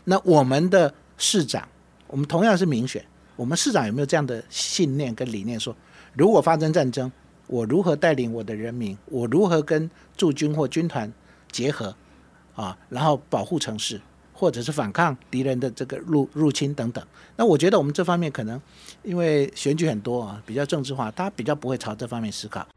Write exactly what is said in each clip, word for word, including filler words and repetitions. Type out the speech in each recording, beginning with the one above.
那我们的市长，我们同样是民选，我们市长有没有这样的信念跟理念说，如果发生战争，我如何带领我的人民，我如何跟驻军或军团结合啊，然后保护城市，或者是反抗敌人的这个 入, 入侵等等。那我觉得我们这方面可能因为选举很多啊，比较政治化，大家比较不会朝这方面思考。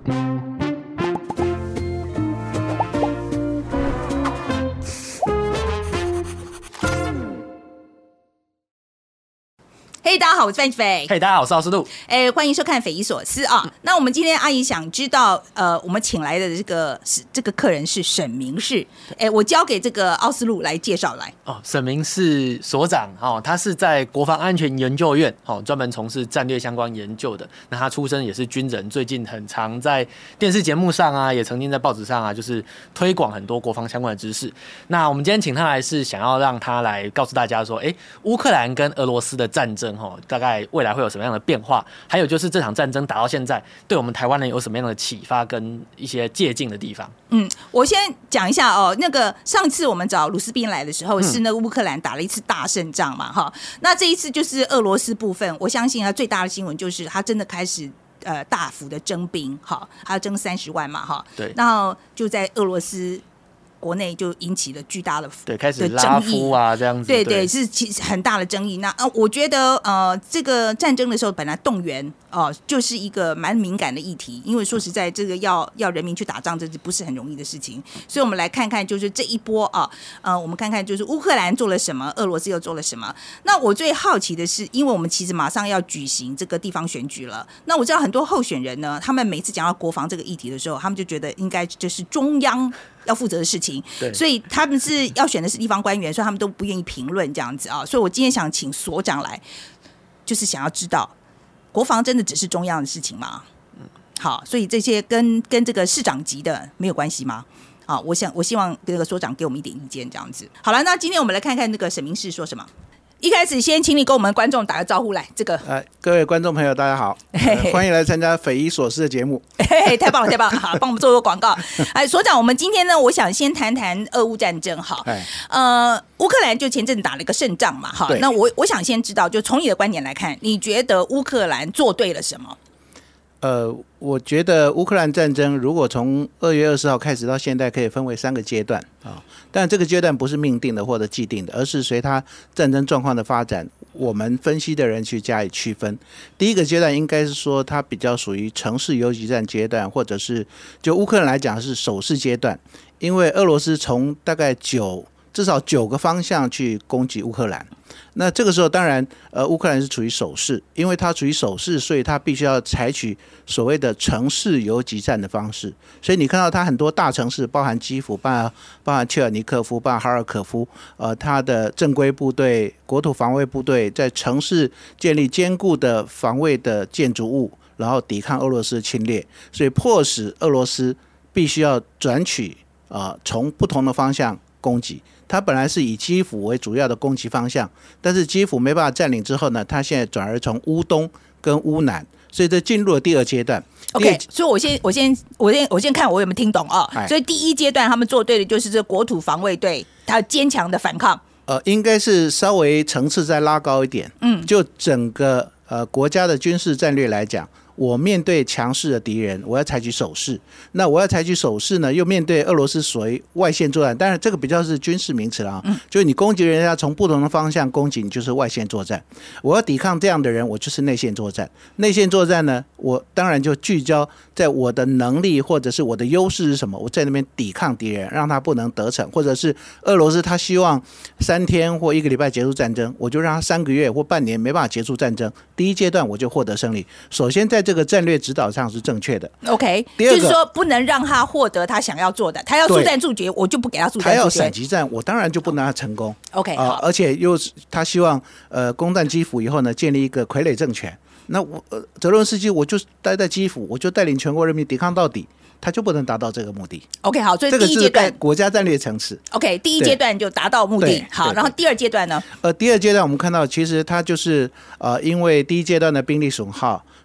嘿、hey, 大家好，我是范斐。 嘿、hey, 大家好，我是奥斯陆。 哎，欢迎收看匪夷所思啊。那我们今天阿姨想知道，呃，我们请来的这个这个客人是沈明士。哎，我交给这个奥斯陆来介绍来。 哦，沈明士所长哦，他是在国防安全研究院哦，专门从事战略相关研究的。那他出身也是军人，最近很常在电视节目上啊，也曾经在报纸上啊，就是推广很多国防相关的知识。那我们今天请他来，是想要让他来告诉大家说，哎，乌克兰跟俄罗斯的战争。大概未来会有什么样的变化？还有就是这场战争打到现在，对我们台湾人有什么样的启发跟一些借鉴的地方？ 嗯，我先讲一下哦。那个上次我们找鲁斯宾来的时候，是那个乌克兰打了一次大胜仗嘛，哈、嗯。那这一次就是俄罗斯部分，我相信啊，最大的新闻就是他真的开始呃大幅的征兵，哈，他要征三十万嘛，哈。 对。 然后就在俄罗斯国内就引起了巨大的对开始拉夫啊这样子， 对 对, 对是其实很大的争议。那呃，我觉得呃，这个战争的时候本来动员哦、呃，就是一个蛮敏感的议题，因为说实在，这个要要人民去打仗，这不是很容易的事情。所以我们来看看，就是这一波啊，呃，我们看看就是乌克兰做了什么，俄罗斯又做了什么。那我最好奇的是，因为我们其实马上要举行这个地方选举了，那我知道很多候选人呢，他们每次讲到国防这个议题的时候，他们就觉得应该这是中央要负责的事情，所以他们是要选的是地方官员，所以他们都不愿意评论这样子啊。所以我今天想请所长来，就是想要知道，国防真的只是中央的事情吗？好，所以这些跟跟这个市长级的没有关系吗？好，我想我希望这个所长给我们一点意见这样子。好了，那今天我们来看看那个沈明士说什么。一开始先请你跟我们观众打个招呼来，这个呃，各位观众朋友大家好、呃、欢迎来参加匪夷所思的节目。 嘿嘿，太棒了太棒了，好，帮我们做个广告。哎，所长，我们今天呢，我想先谈谈俄乌战争哈。呃，乌克兰就前阵打了一个胜仗嘛，哈。那我我想先知道，就从你的观点来看，你觉得乌克兰做对了什么？ 呃，我觉得乌克兰战争如果从二月二十号开始到现在，可以分为三个阶段啊、哦。但这个阶段不是命定的或者既定的，而是随它战争状况的发展，我们分析的人去加以区分。第一个阶段应该是说它比较属于城市游击战阶段，或者是就乌克兰来讲是守势阶段，因为俄罗斯从大概九至少九个方向去攻击乌克兰。那这个时候当然呃，乌克兰是处于守势，因为它处于守势，所以它必须要采取所谓的城市游击战的方式。所以你看到它很多大城市，包含基辅，包含包含切尔尼科夫，包含哈尔科夫，呃，它的正规部队、国土防卫部队在城市建立坚固的防卫的建筑物，然后抵抗俄罗斯的侵略，所以迫使俄罗斯必须要转取呃从不同的方向攻击。它本来是以基辅为主要的攻击方向，但是基辅没办法占领之后呢，它现在转而从乌东跟乌南，所以这进入了第二阶段。 OK， 所以我先我先我先我先看我有没有听懂哦。所以第一阶段他们做对的就是这国土防卫队，它坚强的反抗。 呃，应该是稍微层次再拉高一点。嗯，就整个呃国家的军事战略来讲。我面对强势的敌人，我要采取守势。那我要采取守势呢，又面对俄罗斯所谓外线作战，当然这个比较是军事名词啦、嗯，就是你攻击人家从不同的方向攻击，你就是外线作战。我要抵抗这样的人，我就是内线作战。内线作战呢，我当然就聚焦在我的能力或者是我的优势是什么，我在那边抵抗敌人，让他不能得逞，或者是俄罗斯他希望三天或一个礼拜结束战争，我就让他三个月或半年没办法结束战争。第一阶段我就获得胜利。首先在这个战略指导上是正确的。 OK， 就是说不能让他获得他想要做的，他要速战速决，我就不给他速战速决。 他要闪击战，我当然就不能让他成功。 OK， 呃、而且又他希望呃攻占基辅以后呢，建立一个傀儡政权。那我呃泽伦斯基我就待在基辅，我就带领全国人民抵抗到底，他就不能达到这个目的。 OK， 好，所以第一阶段、 这个、国家战略层次 OK， 第一阶段就达到目的。好，然后第二阶段呢？ 呃，第二阶段我们看到其实他就是呃因为第一阶段的兵力损耗，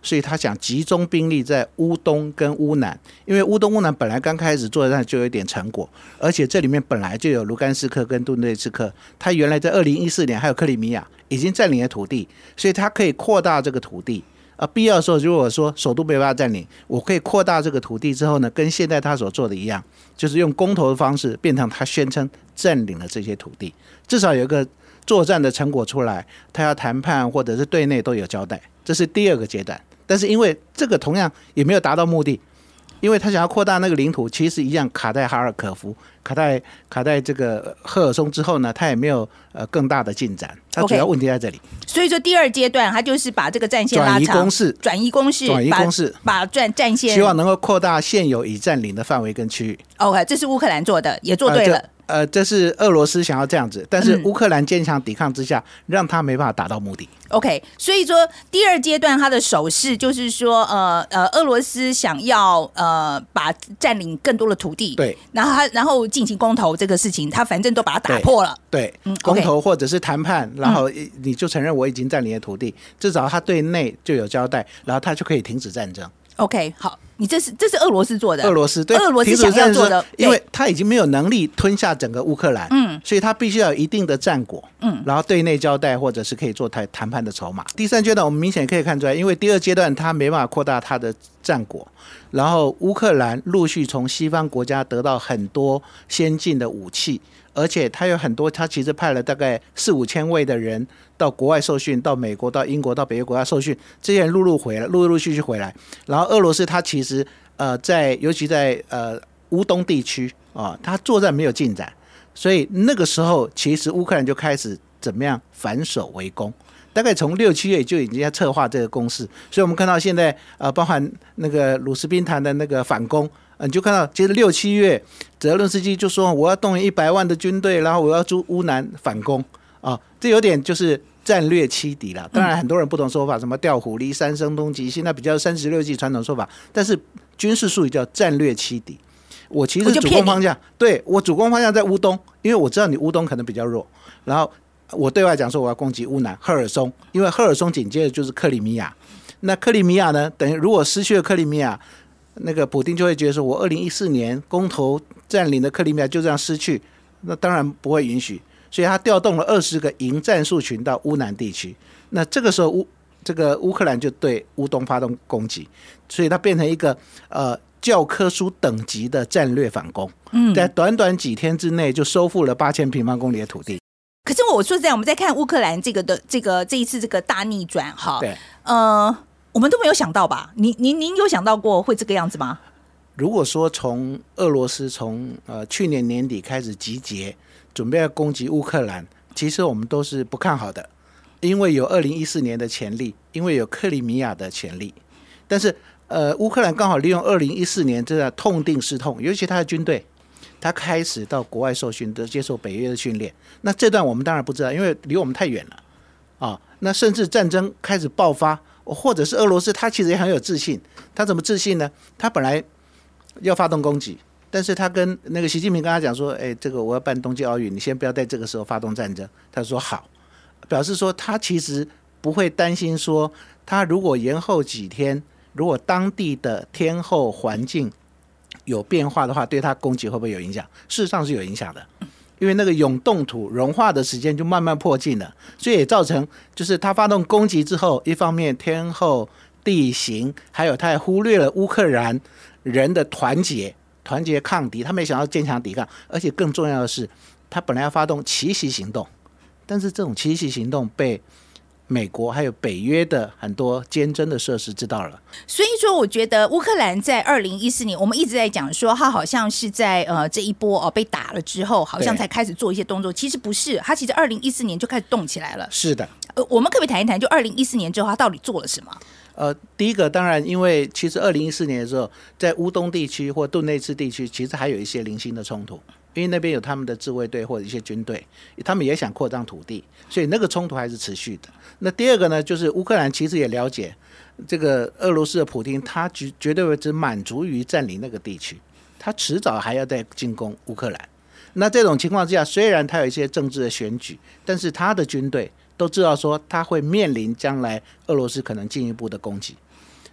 所以他想集中兵力在乌东跟乌南，因为乌东乌南本来刚开始作战就有点成果，而且这里面本来就有卢甘斯克跟顿涅茨克，他原来在二零一四年还有克里米亚已经占领了土地，所以他可以扩大这个土地。啊，必要的时候，如果说首都没办法占领，我可以扩大这个土地之后呢，跟现在他所做的一样，就是用公投的方式变成他宣称占领了这些土地，至少有一个作战的成果出来，他要谈判或者是对内都有交代，这是第二个阶段。但是因为这个同样也没有达到目的，因为他想要扩大那个领土，其实一样卡在哈尔可夫、卡在卡在这个赫尔松之后呢，他也没有呃更大的进展。他主要问题在这里。 Okay. 所以说第二阶段，他就是把这个战线拉长， 转移攻势， 转移攻势， 转移攻势， 把把战战线， 希望能够扩大现有已占领的范围跟区域。 OK， 这是乌克兰做的，也做对了。呃呃，这是俄罗斯想要这样子，但是乌克兰坚强抵抗之下，嗯、让他没办法达到目的。 OK， 所以说第二阶段他的手势就是说，呃呃，俄罗斯想要呃把占领更多的土地， 对， 然后他然后进行公投这个事情，他反正都把它打破了， 对，对嗯、公投或者是谈判，然后你就承认我已经占领了土地，嗯、至少他对内就有交代，然后他就可以停止战争。 OK， 好，你这是这是俄罗斯做的， 俄罗斯对， 俄罗斯想要做的， 因为他已经没有能力吞下整个乌克兰，嗯，所以他必须要有一定的战果，嗯，然后对内交代，或者是可以做谈谈判的筹码。第三阶段我们明显可以看出来，因为第二阶段他没办法扩大他的战果，然后乌克兰陆续从西方国家得到很多先进的武器。而且他有很多，他其实派了大概四五千位的人到国外受训，到美国、到英国、到北约国家受训，这些人陆陆回来，陆陆续续回来。然后俄罗斯他其实呃在，尤其在呃乌东地区啊，他作战没有进展，所以那个时候其实乌克兰就开始怎么样反守为攻。大概从六七月就已经在策划这个攻势，所以我们看到现在呃，包含那个鲁斯宾谈的那个反攻。你就看到，其实六七月，泽伦斯基就说我要动员一百万的军队，然后我要驻乌南反攻啊，这有点就是战略欺敌了。当然，很多人不同说法，什么调虎离山、声东击西，那比较三十六计传统说法，但是军事术语叫战略欺敌。我其实主攻方向，对我主攻方向在乌东，因为我知道你乌东可能比较弱，然后我对外讲说我要攻击乌南赫尔松，因为赫尔松紧接着就是克里米亚，那克里米亚呢，等于如果失去了克里米亚。那个普丁就会觉得说，我二零一四年公投占领的克里米亚就这样失去，那当然不会允许，所以他调动了二十个营战术群到乌南地区。那这个时候乌这个乌克兰就对乌东发动攻击，所以它变成一个呃教科书等级的战略反攻。嗯，在短短几天之内就收复了八千平方公里的土地。 可是我说实在，我们在看乌克兰这个的这个这一次这个大逆转哈， 对， 呃。我们都没有想到吧？您您您有想到过会这个样子吗？ 如果说从俄罗斯从呃去年年底开始集结，准备要攻击乌克兰，其实我们都是不看好的，因为有二零一四年的潜力，因为有克里米亚的潜力。但是呃，乌克兰刚好利用二零一四年这样痛定思痛，尤其他的军队，他开始到国外受训，的接受北约的训练。那这段我们当然不知道，因为离我们太远了啊。那甚至战争开始爆发。或者是俄罗斯，他其实也很有自信。他怎么自信呢？他本来要发动攻击，但是他跟那个习近平跟他讲说：“哎，这个我要办冬季奥运，你先不要在这个时候发动战争。”他说好，表示说他其实不会担心说，他如果延后几天，如果当地的天候环境有变化的话，对他攻击会不会有影响？事实上是有影响的。因为那个永冻土融化的时间就慢慢迫近了，所以也造成就是他发动攻击之后，一方面天候、地形，还有他还忽略了乌克兰人的团结，团结抗敌，他没想到坚强抵抗，而且更重要的是，他本来要发动奇袭行动，但是这种奇袭行动被美国还有北约的很多坚贞的设施知道了， 所以说我觉得乌克兰在二零一四年，我们一直在讲说他好像是在呃这一波哦被打了之后，好像才开始做一些动作，其实不是，他其实二零一四年就开始动起来了。 是的， 呃，我们可不可以谈一谈，就二零一四年之后他到底做了什么？ 呃，第一个当然，因为其实二零一四年的时候，在乌东地区或顿内茨地区，其实还有一些零星的冲突，因为那边有他们的自卫队或者一些军队，他们也想扩张土地，所以那个冲突还是持续的。那第二个呢，就是乌克兰其实也了解这个俄罗斯的普丁，他绝绝对只满足于占领那个地区，他迟早还要再进攻乌克兰。那这种情况之下，虽然他有一些政治的选举，但是他的军队都知道说他会面临将来俄罗斯可能进一步的攻击，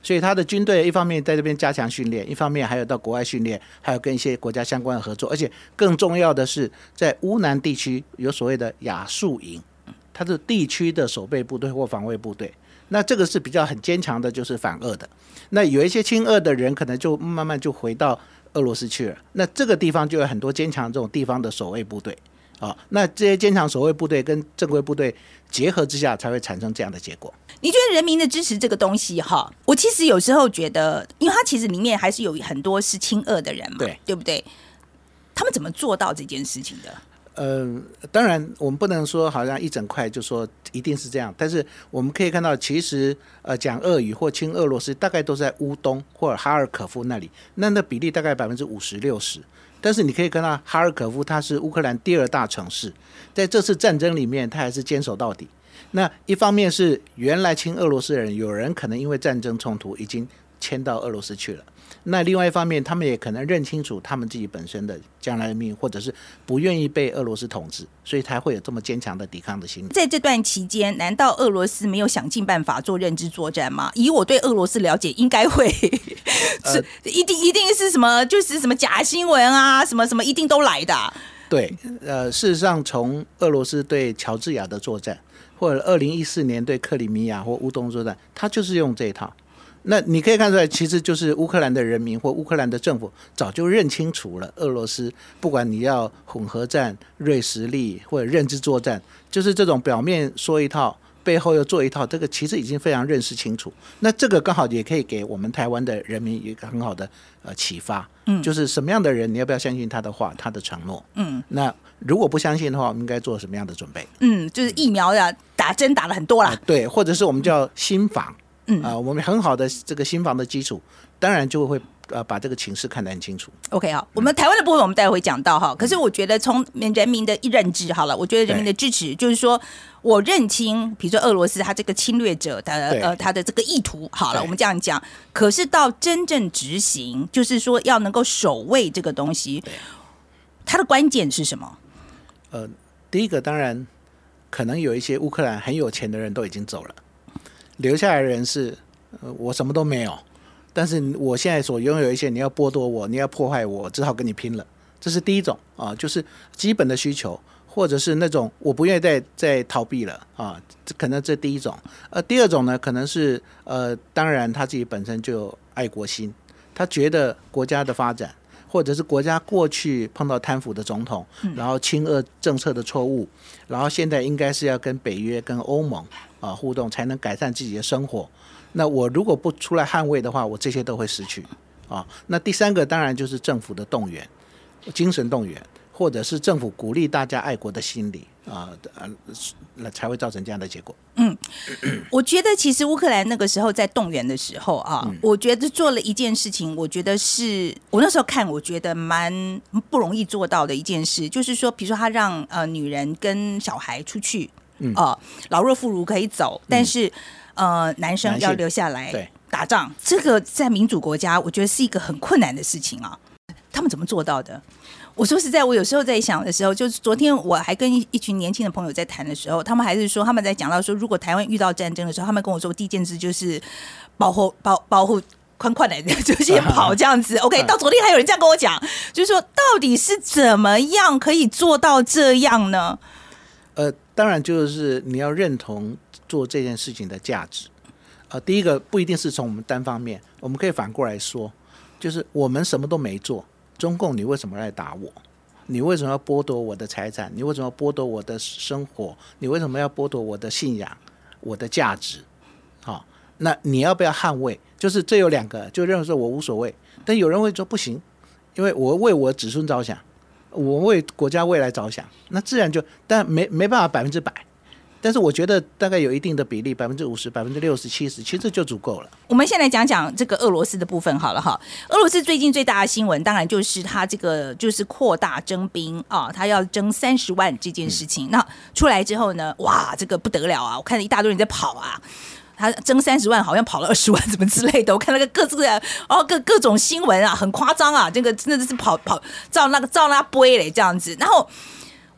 所以他的军队一方面在这边加强训练，一方面还有到国外训练，还有跟一些国家相关的合作，而且更重要的是在乌南地区有所谓的亚速营，它是地区的守备部队或防卫部队，那这个是比较很坚强的，就是反俄的。那有一些亲俄的人可能就慢慢就回到俄罗斯去了，那这个地方就有很多坚强这种地方的守卫部队。哦，那这些坚强守卫部队跟正规部队结合之下，才会产生这样的结果。 你觉得人民的支持这个东西哈，我其实有时候觉得，因为它其实里面还是有很多是亲俄的人嘛， 对对不对？他们怎么做到这件事情的？ 呃，当然我们不能说好像一整块就说一定是这样，但是我们可以看到，其实呃讲俄语或亲俄罗斯大概都在乌东或者哈尔可夫那里，那那比例大概百分之五十六十。但是你可以看到哈尔可夫它是乌克兰第二大城市，在这次战争里面它还是坚守到底。那一方面是原来亲俄罗斯人有人可能因为战争冲突已经迁到俄罗斯去了，那另外一方面他们也可能认清楚他们自己本身的将来的命运，或者是不愿意被俄罗斯统治，所以才会有这么坚强的抵抗的心理。 在这段期间，难道俄罗斯没有想尽办法做认知作战吗？以我对俄罗斯了解，应该会是、呃、一定一定是什么，就是什么假新闻啊，什么什么一定都来的、啊。 对，呃，事实上从俄罗斯对乔治亚的作战，或者二零一四年对克里米亚或乌东作战，他就是用这一套。那你可以看出来，其实就是乌克兰的人民或乌克兰的政府早就认清楚了，俄罗斯不管你要混合战、锐实力或者认知作战，就是这种表面说一套，背后又做一套，这个其实已经非常认识清楚。那这个刚好也可以给我们台湾的人民一个很好的呃启发，嗯，就是什么样的人你要不要相信他的话、他的承诺，嗯，那如果不相信的话，我们应该做什么样的准备？嗯， 就是疫苗的打针打了很多啦、呃， 对，或者是我们叫心防。嗯啊、呃，我们很好的这个心防的基础，当然就会呃把这个情势看得很清楚。 OK 好，我们台湾的部分我们待会会讲到哈。可是我觉得从人民的认知好了，我觉得人民的支持就是说我认清，比如说俄罗斯他这个侵略者的呃他的这个意图好了，我们这样讲。可是到真正执行，就是说要能够守卫这个东西，它的关键是什么？ 呃，第一个当然可能有一些乌克兰很有钱的人都已经走了。留下来的人是、呃、我什么都没有，但是我现在所拥有一些，你要剥夺我，你要破坏我，只好跟你拼了。这是第一种啊，就是基本的需求，或者是那种我不愿意再再逃避了啊，这可能这第一种。呃，第二种呢，可能是呃，当然他自己本身就有爱国心，他觉得国家的发展，或者是国家过去碰到贪腐的总统，然后亲俄政策的错误，然后现在应该是要跟北约、跟欧盟啊互动，才能改善自己的生活。那我如果不出来捍卫的话，我这些都会失去啊。那第三个当然就是政府的动员，精神动员，或者是政府鼓励大家爱国的心理啊，呃，才会造成这样的结果。 嗯，我觉得其实乌克兰那个时候在动员的时候啊，嗯、我觉得做了一件事情，我觉得是我那时候看，我觉得蛮不容易做到的一件事，就是说，比如说他让呃女人跟小孩出去。嗯呃、老弱妇孺可以走，但是、嗯、呃，男生要留下来打仗。这个在民主国家，我觉得是一个很困难的事情啊。他们怎么做到的？我说实在，我有时候在想的时候，就是昨天我还跟一群年轻的朋友在谈的时候，他们还是说他们在讲到说，如果台湾遇到战争的时候，他们跟我说第一件事就是保护保保护。宽宽的就先跑这样子 ，OK。到昨天还有人这样跟我讲，就是说到底是怎么样可以做到这样呢？ 呃，当然就是你要认同做这件事情的价值。呃，第一个不一定是从我们单方面，我们可以反过来说，就是我们什么都没做，中共你为什么来打我？你为什么要剥夺我的财产？你为什么要剥夺我的生活？你为什么要剥夺我的信仰、我的价值？好、哦，那你要不要捍卫？就是这有两个，就认为说我无所谓，但有人会说不行，因为我为我子孙着想。我为国家未来着想，那自然就，但没没办法百分之百，但是我觉得大概有一定的比例，百分之五十、百分之六十、七十，其实就足够了。 我们先来讲讲这个俄罗斯的部分好了哈。俄罗斯最近最大的新闻，当然就是他这个就是扩大征兵啊，他要征三十万这件事情。嗯、那出来之后呢，哇，这个不得了啊！我看到一大堆人在跑啊。他征三十万，好像跑了二十万，什么之类的。我看那个各自的哦各各种新闻啊，很夸张啊，这个真的是跑跑照那个照那背嘞这样子。然后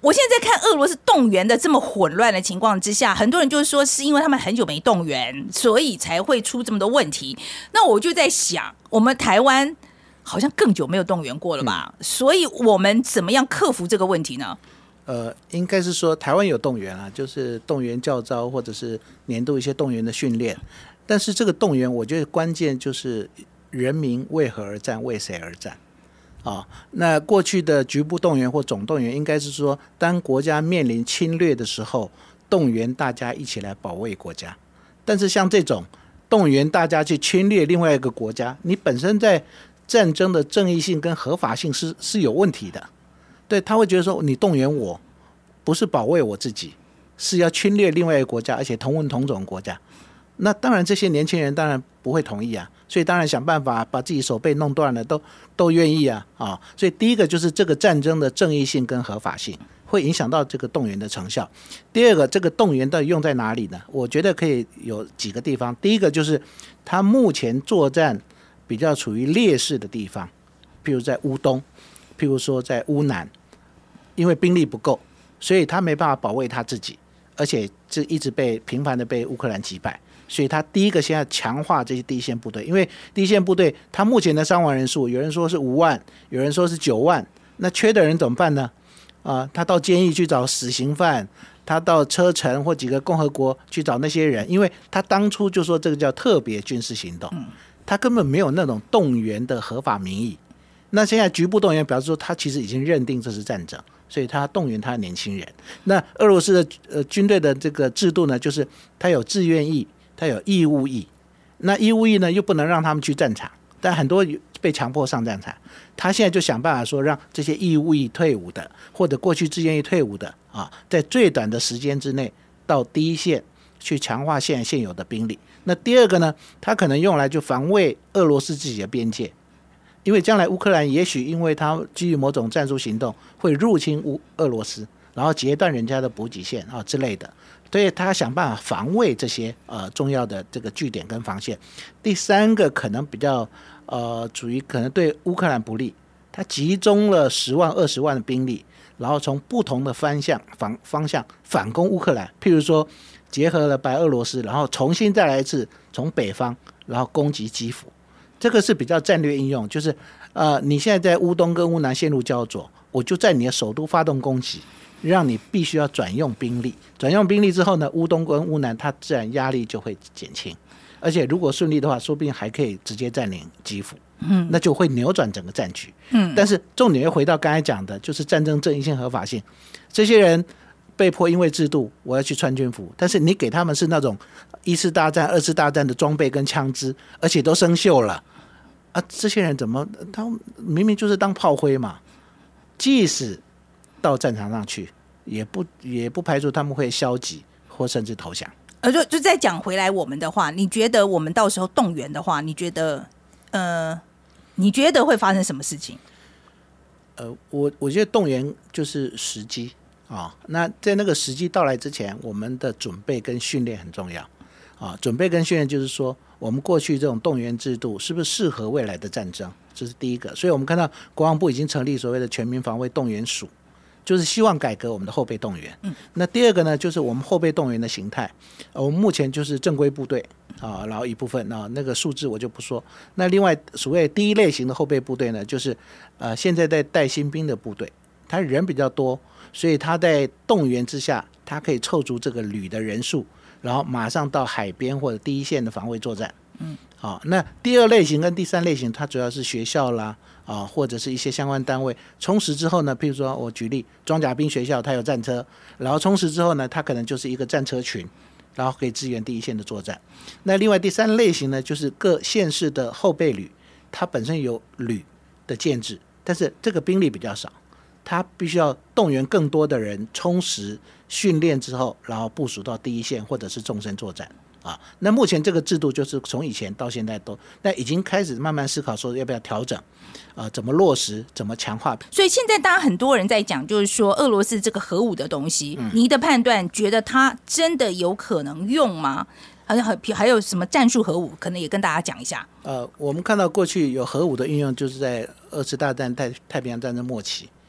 我现在在看俄罗斯动员的这么混乱的情况之下，很多人就是说是因为他们很久没动员，所以才会出这么多问题。那我就在想，我们台湾好像更久没有动员过了吧？嗯、所以我们怎么样克服这个问题呢？ 呃，应该是说台湾有动员啊，就是动员教召或者是年度一些动员的训练。但是这个动员，我觉得关键就是人民为何而战，为谁而战。啊，那过去的局部动员或总动员，应该是说，当国家面临侵略的时候，动员大家一起来保卫国家。但是像这种动员大家去侵略另外一个国家，你本身在战争的正义性跟合法性是是有问题的。对，他会觉得说，你动员我，不是保卫我自己，是要侵略另外一个国家，而且同文同种的国家。那当然，这些年轻人当然不会同意啊，所以当然想办法把自己手背弄断了，都都愿意啊啊！所以第一个就是这个战争的正义性跟合法性，会影响到这个动员的成效。第二个，这个动员到底用在哪里呢？我觉得可以有几个地方。第一个就是他目前作战比较处于劣势的地方，譬如在乌东，譬如说在乌南，因为兵力不够，所以他没办法保卫他自己，而且这一直被频繁的被乌克兰击败。所以他第一个先要强化这些第一线部队，因为第一线部队他目前的伤亡人数，有人说是五万，有人说是九万，那缺的人怎么办呢？啊，他到监狱去找死刑犯，他到车臣或几个共和国去找那些人，因为他当初就说这个叫特别军事行动，他根本没有那种动员的合法名义。那现在局部动员表示说他其实已经认定这是战争，所以他动员他的年轻人。那俄罗斯的呃军队的这个制度呢，就是他有志愿役，他有义务役，那义务役呢又不能让他们去战场，但很多被强迫上战场。他现在就想办法说，让这些义务役退伍的，或者过去志愿役退伍的啊，在最短的时间之内到第一线去强化现现有的兵力。那第二个呢，他可能用来就防卫俄罗斯自己的边界，因为将来乌克兰也许因为他基于某种战术行动会入侵乌俄罗斯，然后截断人家的补给线啊之类的。所以他想办法防卫这些呃重要的这个据点跟防线。第三个可能比较呃属于可能对乌克兰不利，他集中了十万二十万的兵力，然后从不同的方向方方向反攻乌克兰。譬如说结合了白俄罗斯，然后重新再来一次从北方，然后攻击基辅。这个是比较战略应用，就是呃你现在在乌东跟乌南陷入焦灼，我就在你的首都发动攻击。让你必须要转用兵力，转用兵力之后呢，乌东跟乌南它自然压力就会减轻，而且如果顺利的话，说不定还可以直接占领基辅，嗯，那就会扭转整个战局，嗯。但是重点又回到刚才讲的，就是战争正义性、合法性。这些人被迫因为制度，我要去穿军服，但是你给他们是那种一次大战、二次大战的装备跟枪支，而且都生锈了啊！这些人怎么他明明就是当炮灰嘛？即使到战场上去，也不也不排除他们会消极或甚至投降。 呃，就就再讲回来，我们的话，你觉得我们到时候动员的话，你觉得呃，你觉得会发生什么事情？ 呃，我我觉得动员就是时机啊。那在那个时机到来之前，我们的准备跟训练很重要啊。准备跟训练就是说，我们过去这种动员制度是不是适合未来的战争？这是第一个。所以我们看到国防部已经成立所谓的全民防卫动员署。就是希望改革我们的后备动员。嗯，那第二个呢，就是我们后备动员的形态。呃，我们目前就是正规部队啊，然后一部分啊，那个数字我就不说。那另外所谓第一类型的后备部队呢，就是呃现在在带新兵的部队，他人比较多，所以他在动员之下，他可以凑足这个旅的人数，然后马上到海边或者第一线的防卫作战。嗯，好，那第二类型跟第三类型，它主要是学校啦。啊，或者是一些相关单位充实之后呢，譬如说我举例，装甲兵学校它有战车，然后充实之后呢，它可能就是一个战车群，然后可以支援第一线的作战。那另外第三类型呢，就是各县市的后备旅，它本身有旅的建制，但是这个兵力比较少，它必须要动员更多的人充实训练之后，然后部署到第一线或者是纵深作战。啊，那目前这个制度就是从以前到现在都，那已经开始慢慢思考说要不要调整，啊，怎么落实，怎么强化。 所以现在大家很多人在讲，就是说俄罗斯这个核武的东西，嗯、你的判断觉得它真的有可能用吗？还有还有什么战术核武，可能也跟大家讲一下。 呃，我们看到过去有核武的运用，就是在二次大战太太平洋战争末期。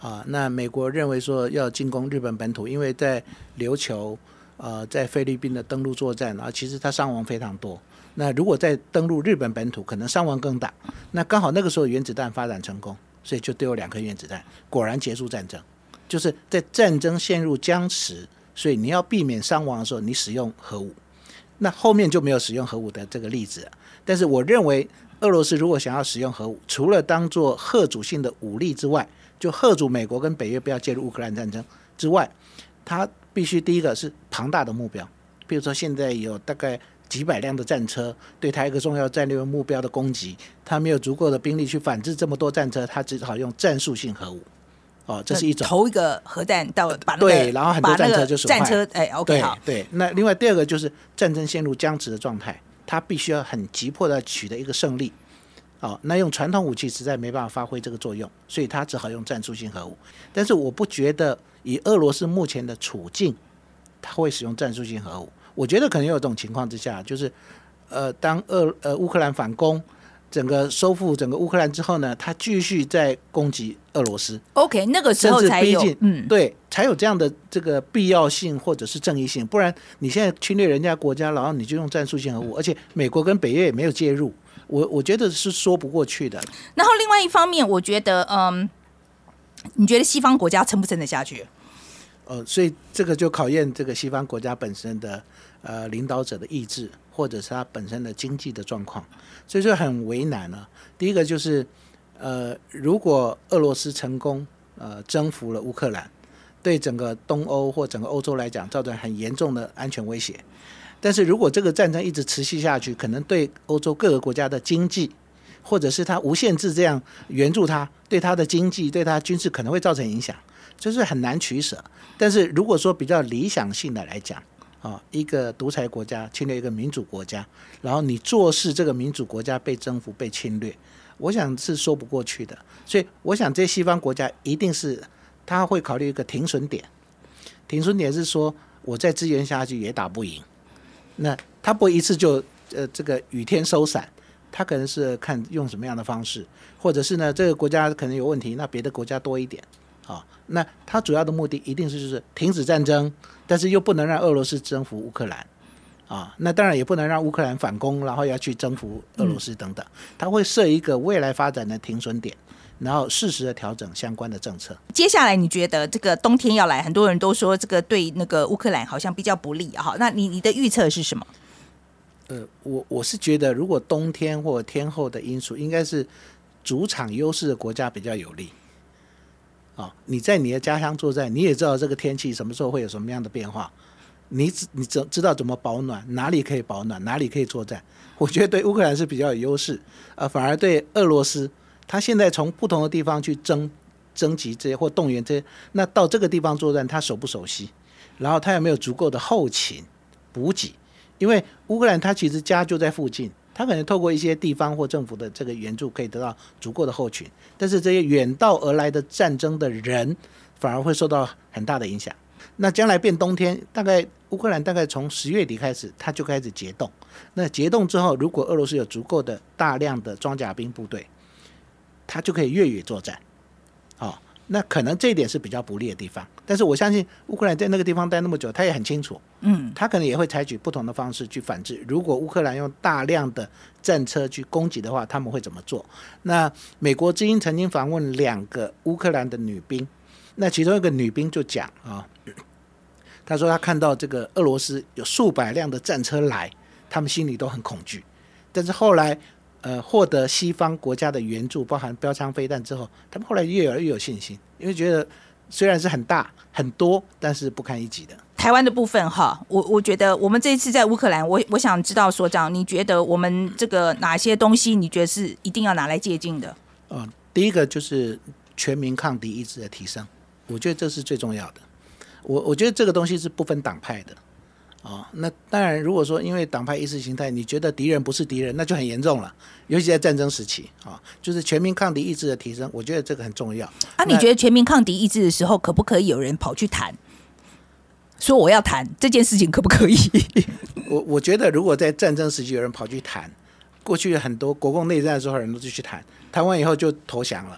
啊，那美国认为说要进攻日本本土，因为在琉球、呃，在菲律宾的登陆作战啊，其实它伤亡非常多。那如果再登陆日本本土，可能伤亡更大。那刚好那个时候原子弹发展成功，所以就丢了两颗原子弹，果然结束战争。就是在战争陷入僵持，所以你要避免伤亡的时候，你使用核武。那后面就没有使用核武的这个例子了。但是我认为，俄罗斯如果想要使用核武，除了当作嚇阻性的武力之外，就嚇阻美国跟北约不要介入乌克兰战争之外，它必须第一个是庞大的目标，比如说现在有大概几百辆的战车对它一个重要战略目标的攻击，它没有足够的兵力去反制这么多战车，它只好用战术性核武。哦，这是一种投一个核弹到把那个对，然后很多战车就损坏。 战车哎 ，OK 好。 对，那另外第二个就是战争陷入僵持的状态，它必须要很急迫的取得一个胜利。哦，那用传统武器实在没办法发挥这个作用，所以它只好用战术性核武。但是我不觉得以俄罗斯目前的处境，它会使用战术性核武。我觉得可能有一种情况之下，就是呃，当俄呃乌克兰反攻。整个收复整个乌克兰之后呢，他继续在攻击俄罗斯。 OK， 那个时候才有， 嗯，对，才有这样的这个必要性或者是正义性。不然你现在侵略人家国家，然后你就用战术性核武，而且美国跟北约也没有介入，我我觉得是说不过去的。 然后另外一方面，我觉得，嗯，你觉得西方国家撑不撑得下去？ 呃，所以这个就考验这个西方国家本身的呃领导者的意志，或者是他本身的经济的状况，所以就很为难了。第一个就是呃，如果俄罗斯成功呃征服了乌克兰，对整个东欧或整个欧洲来讲造成很严重的安全威胁。但是如果这个战争一直持续下去，可能对欧洲各个国家的经济，或者是他无限制这样援助他，对他的经济、对他军事可能会造成影响，就是很难取舍。但是如果说比较理想性的来讲，啊，一个独裁国家侵略一个民主国家，然后你坐视这个民主国家被征服、被侵略，我想是说不过去的。所以我想这些西方国家一定是他会考虑一个停损点，停损点是说我再支援下去也打不赢，那他不会一次就呃这个雨天收伞，他可能是看用什么样的方式，或者是呢这个国家可能有问题，那别的国家多一点。啊，那他主要的目的一定是就是停止战争，但是又不能让俄罗斯征服乌克兰，啊，那当然也不能让乌克兰反攻，然后要去征服俄罗斯等等，他会设一个未来发展的停损点，然后适时的调整相关的政策。 接下来你觉得这个冬天要来，很多人都说这个对那个乌克兰好像比较不利啊，那你你的预测是什么？ 呃，我我是觉得如果冬天或天候的因素，应该是主场优势的国家比较有利。哦，你在你的家乡作战，你也知道这个天气什么时候会有什么样的变化，你你知道怎么保暖，哪里可以保暖，哪里可以作战。我觉得对乌克兰是比较有优势，呃，反而对俄罗斯，他现在从不同的地方去征征集这些或动员这些，那到这个地方作战，他熟不熟悉？然后他有没有足够的后勤补给？因为乌克兰他其实家就在附近。他可能透过一些地方或政府的这个援助，可以得到足够的后勤，但是这些远道而来的战争的人，反而会受到很大的影响。那将来变冬天，大概乌克兰大概从十月底开始，他就开始结冻。那结冻之后，如果俄罗斯有足够的大量的装甲兵部队，他就可以越野作战。好、哦，那可能这一点是比较不利的地方。但是我相信乌克兰在那个地方待那么久，他也很清楚，嗯，他可能也会采取不同的方式去反制。如果乌克兰用大量的战车去攻击的话，他们会怎么做？那美国之音曾经访问两个乌克兰的女兵，那其中一个女兵就讲啊，她说她看到这个俄罗斯有数百辆的战车来，他们心里都很恐惧。但是后来呃获得西方国家的援助，包含标枪飞弹之后，他们后来越来越有信心，因为觉得虽然是很大很多，但是不堪一击的。 台湾的部分哈，我我觉得我们这一次在乌克兰，我我想知道所长，你觉得我们这个哪些东西，你觉得是一定要拿来借鉴的？ 呃，第一个就是全民抗敌意志的提升，我觉得这是最重要的。我我觉得这个东西是不分党派的。哦，那当然，如果说因为党派意识形态，你觉得敌人不是敌人，那就很严重了。尤其在战争时期，啊、哦，就是全民抗敌意志的提升，我觉得这个很重要。 啊，你觉得全民抗敌意志的时候，可不可以有人跑去谈，说我要谈这件事情，可不可以？ 我我觉得，如果在战争时期有人跑去谈，过去很多国共内战的时候，人都就去谈，谈完以后就投降了，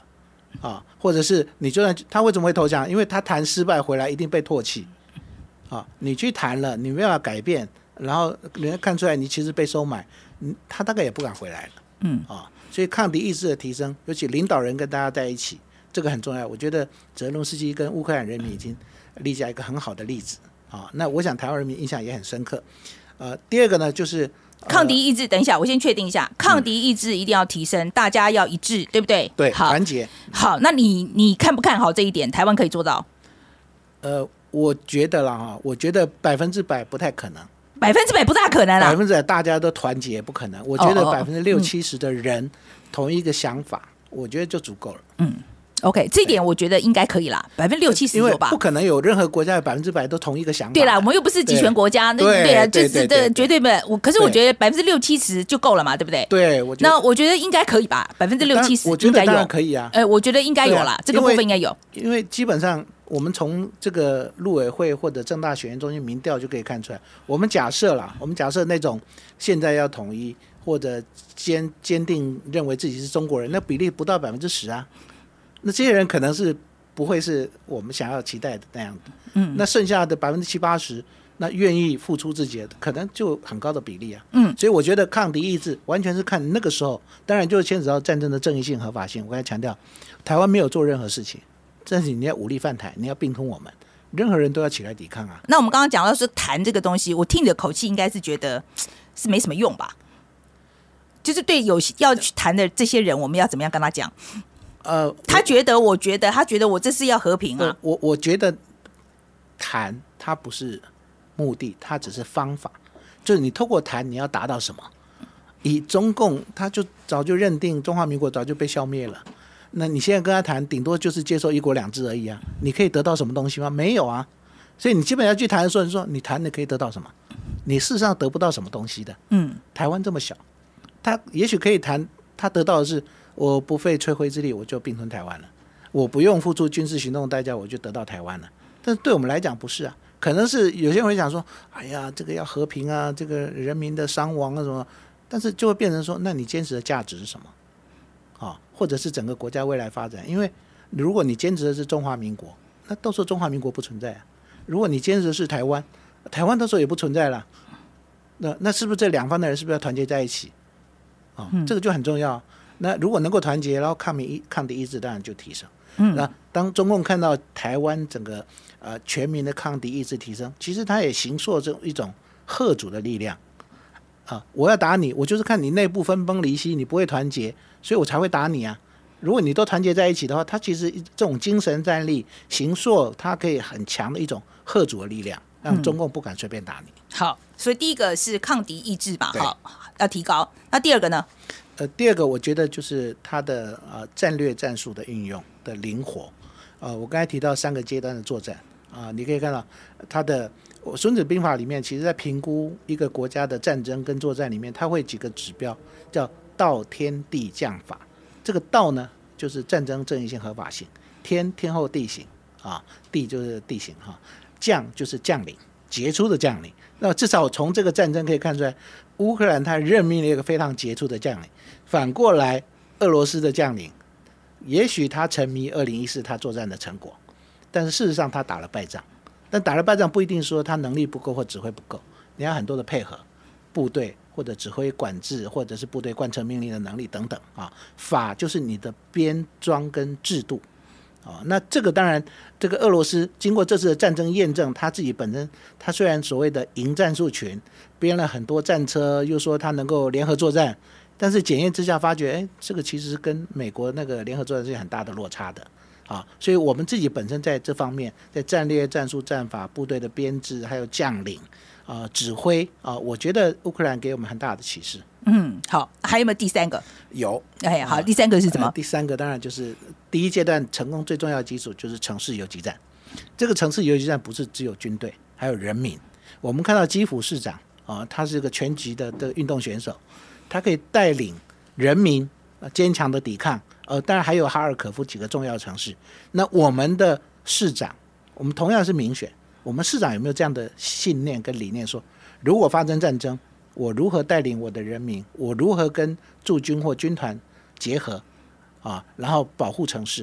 啊，或者是你就算他为什么会投降？因为他谈失败回来一定被唾弃啊。你去谈了，你没办法改变，然后人家看出来你其实被收买，他大概也不敢回来了。 嗯啊，所以抗敌意志的提升，尤其领导人跟大家在一起，这个很重要。我觉得泽伦斯基跟乌克兰人民已经立下一个很好的例子啊。那我想台湾人民印象也很深刻。呃，第二个呢，就是抗敌意志，等一下，我先确定一下，抗敌意志一定要提升，嗯、大家要一致，对不对？ 对， 好， 团结。 好，那你你看不看好这一点？台湾可以做到？ 呃，我觉得啦哈，我觉得百分之百不太可能， 百分之百不大可能啦， 百分之百大家都团结不可能。我觉得百分之六七十的人同一个想法，嗯、我觉得就足够了。 嗯。OK， 这一点我觉得应该可以啦，百分之六七十有吧？ 因为不可能有任何国家有百分之百都同一个想法。 对啦，我们又不是集权国家，那对啊，就是这绝对不。我可是我觉得百分之六七十就够了嘛，对不对？ 对，我觉得那我觉得应该可以吧，百分之六七十我觉得当然可以啊。 呃，我觉得应该有啦，这个部分应该有。 因为基本上我们从这个陆委会或者政大选研中心民调就可以看出来，我们假设啦，我们假设那种现在要统一或者坚坚定认为自己是中国人，那比例不到百分之十啊。那这些人可能是不会是我们想要期待的那样的，嗯，那剩下的百分之七八十，那愿意付出自己的，可能就很高的比例啊，嗯，所以我觉得抗敌意志完全是看那个时候，当然就是牵扯到战争的正义性、合法性。我刚才强调，台湾没有做任何事情，但是你要武力犯台，你要并吞我们，任何人都要起来抵抗啊。 那我们刚刚讲到说谈这个东西，我听你的口气应该是觉得是没什么用吧？就是对有要去谈的这些人，我们要怎么样跟他讲？ 呃， 他觉得，我觉得，他觉得我这是要和平啊。 我我觉得谈它不是目的，它只是方法。就是你透过谈，你要达到什么？以中共，他就早就认定中华民国早就被消灭了。那你现在跟他谈，顶多就是接受一国两制而已啊。你可以得到什么东西吗？没有啊。所以你基本要去谈的时候，你说你谈的可以得到什么？你事实上得不到什么东西的。嗯，台湾这么小，他也许可以谈，他得到的是。我不费吹灰之力，我就并吞台湾了。我不用付出军事行动的代价，我就得到台湾了。但是对我们来讲不是啊，可能是有些人会想说，哎呀，这个要和平啊，这个人民的伤亡啊什么，但是就会变成说，那你坚持的价值是什么？啊，或者是整个国家未来发展？因为如果你坚持的是中华民国，那到时候中华民国不存在啊。如果你坚持的是台湾，台湾到时候也不存在了。那那是不是这两方的人是不是要团结在一起？啊，这个就很重要。那如果能够团结，然后抗民抗敌意志当然就提升。嗯，那当中共看到台湾整个呃全民的抗敌意志提升，其实他也形塑这一种嚇阻的力量啊！我要打你，我就是看你内部分崩离析，你不会团结，所以我才会打你啊！如果你都团结在一起的话，它其实这种精神战力形塑，它可以很强的一种嚇阻的力量，让中共不敢随便打你。 嗯、好，所以第一个是抗敌意志吧，好，要提高。那第二个呢？ 呃，第二个我觉得就是它的呃战略战术的运用的灵活。呃，我刚才提到三个阶段的作战啊、呃，你可以看到它的《孙子兵法》里面，其实在评估一个国家的战争跟作战里面，它会几个指标，叫道、天、地、将法。这个道呢，就是战争正义性、合法性；天天后地形啊，地就是地形哈；将就是将领，杰出的将领。那至少从这个战争可以看出来，乌克兰他任命了一个非常杰出的将领。反过来，俄罗斯的将领，也许他沉迷二零一四他作战的成果，但是事实上他打了败仗。但打了败仗不一定说他能力不够或指挥不够，你要很多的配合，部队或者指挥管制，或者是部队贯彻命令的能力等等啊。法就是你的编装跟制度啊。那这个当然，这个俄罗斯经过这次的战争验证，他自己本身他虽然所谓的营战术群编了很多战车，又说他能够联合作战。但是检验之下发觉，哎，这个其实是跟美国那个联合作战是有很大的落差的啊，所以我们自己本身在这方面，在战略、战术、战法、部队的编制，还有将领啊、指挥啊，我觉得乌克兰给我们很大的启示。 嗯，好，还有没有第三个？ 有， 哎，好，第三个是什么？ 呃、第三个当然就是第一阶段成功最重要的基础就是城市游击战。这个城市游击战不是只有军队，还有人民。我们看到基辅市长啊，他是个拳击的的运动选手。他可以带领人民坚强的抵抗，呃，当然还有哈尔科夫几个重要城市。那我们的市长，我们同样是民选，我们市长有没有这样的信念跟理念说，如果发生战争，我如何带领我的人民，我如何跟驻军或军团结合啊，然后保护城市，